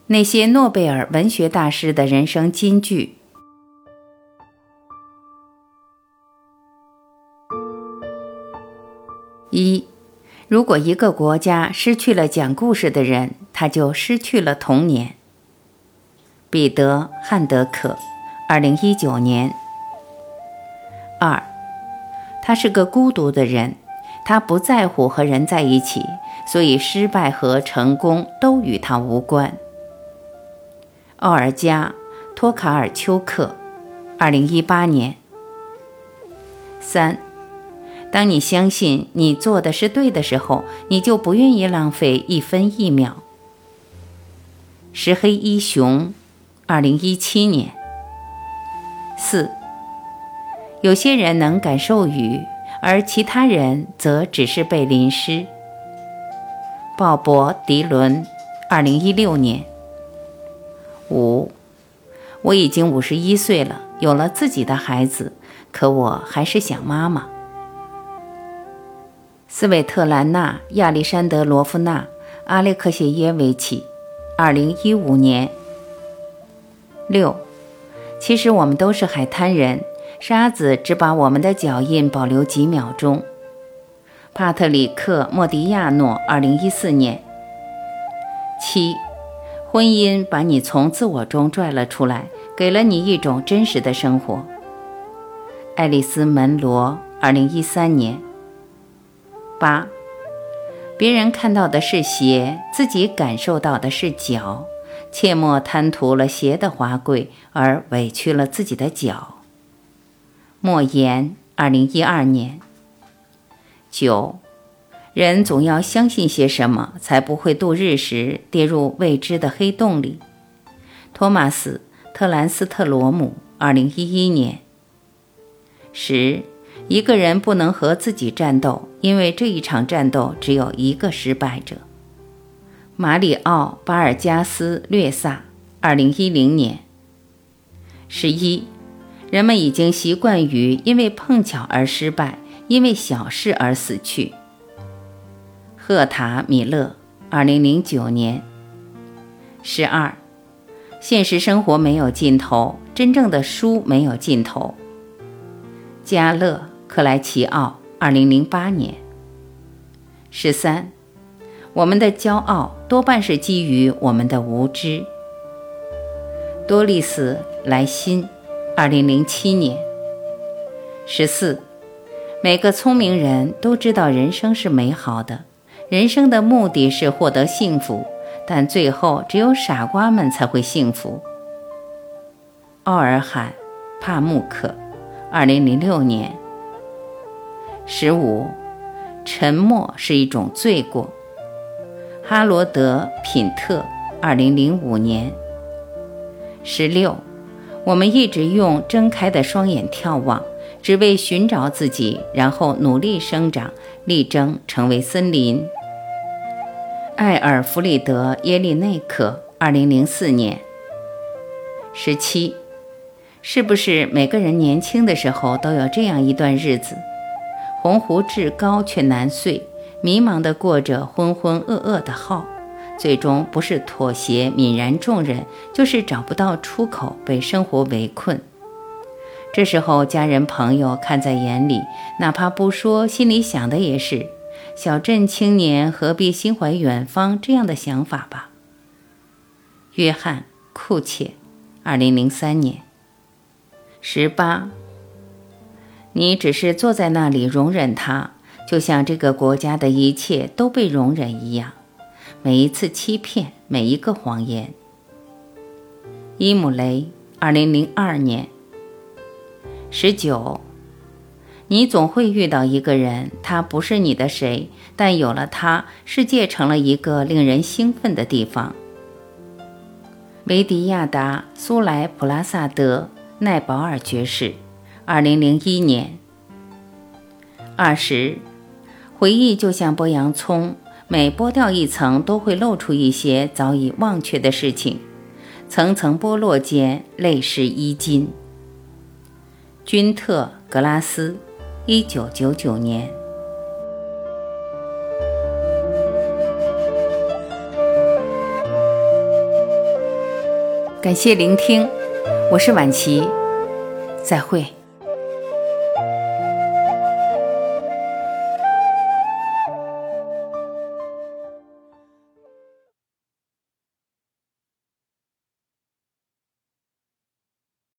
那些诺贝尔文学大师的人生金句。1. 如果一个国家失去了讲故事的人，他就失去了童年。彼得·汉德克2019年。2. 他是个孤独的人，他不在乎和人在一起，所以失败和成功都与他无关。奥尔加·托卡尔丘克2018年。3. 当你相信你做的是对的时候，你就不愿意浪费1分1秒。石黑一雄2017年。4. 有些人能感受雨，而其他人则只是被淋湿。鲍勃·迪伦2016年。5. 我已经51岁了，有了自己的孩子，可我还是想妈妈。斯韦特兰娜·亚历山德罗夫娜·阿列克谢耶维奇2015年。6. 其实我们都是海滩人，沙子只把我们的脚印保留几秒钟。帕特里克·莫迪亚诺2014年。7. 婚姻把你从自我中拽了出来，给了你一种真实的生活。爱丽丝·门罗2013年。8. 别人看到的是鞋，自己感受到的是脚，切莫贪图了鞋的华贵，而委屈了自己的脚。莫言2012年。9. 人总要相信些什么，才不会度日时跌入未知的黑洞里。托马斯·特兰斯特罗姆2011年。10. 一个人不能和自己战斗，因为这一场战斗只有一个失败者。马里奥·巴尔加斯略萨2010年。11. 人们已经习惯于因为碰巧而失败，因为小事而死去。赫塔·米勒2009年。12. 现实生活没有尽头，真正的书没有尽头。加勒·克莱齐奥2008年。13. 我们的骄傲多半是基于我们的无知。多丽丝·莱辛2007年。14. 每个聪明人都知道人生是美好的，人生的目的是获得幸福，但最后只有傻瓜们才会幸福。奥尔罕·帕慕克2006年。15. 沉默是一种罪过。哈罗德·品特2005年。16. 我们一直用睁开的双眼眺望，只为寻找自己，然后努力生长，力争成为森林。艾尔弗里德·耶利内克2004年。17. 是不是每个人年轻的时候都有这样一段日子，鸿鹄志高却难遂，迷茫地过着浑浑噩噩的号，最终不是妥协泯然众人，就是找不到出口，被生活围困。这时候家人朋友看在眼里，哪怕不说，心里想的也是小镇青年何必心怀远方这样的想法吧。约翰·库切2003年。18. 你只是坐在那里容忍它，就像这个国家的一切都被容忍一样，每一次欺骗，每一个谎言。伊姆雷2002年。19. 你总会遇到一个人，他不是你的谁，但有了他，世界成了一个令人兴奋的地方。维迪亚达·苏莱普拉萨德·奈保尔爵士2001年。20. 回忆就像剥洋葱，每剥掉一层都会露出一些早已忘却的事情，层层剥落间泪湿衣襟。君特·格拉斯1999年。 感谢聆听，我是婉琪，再会。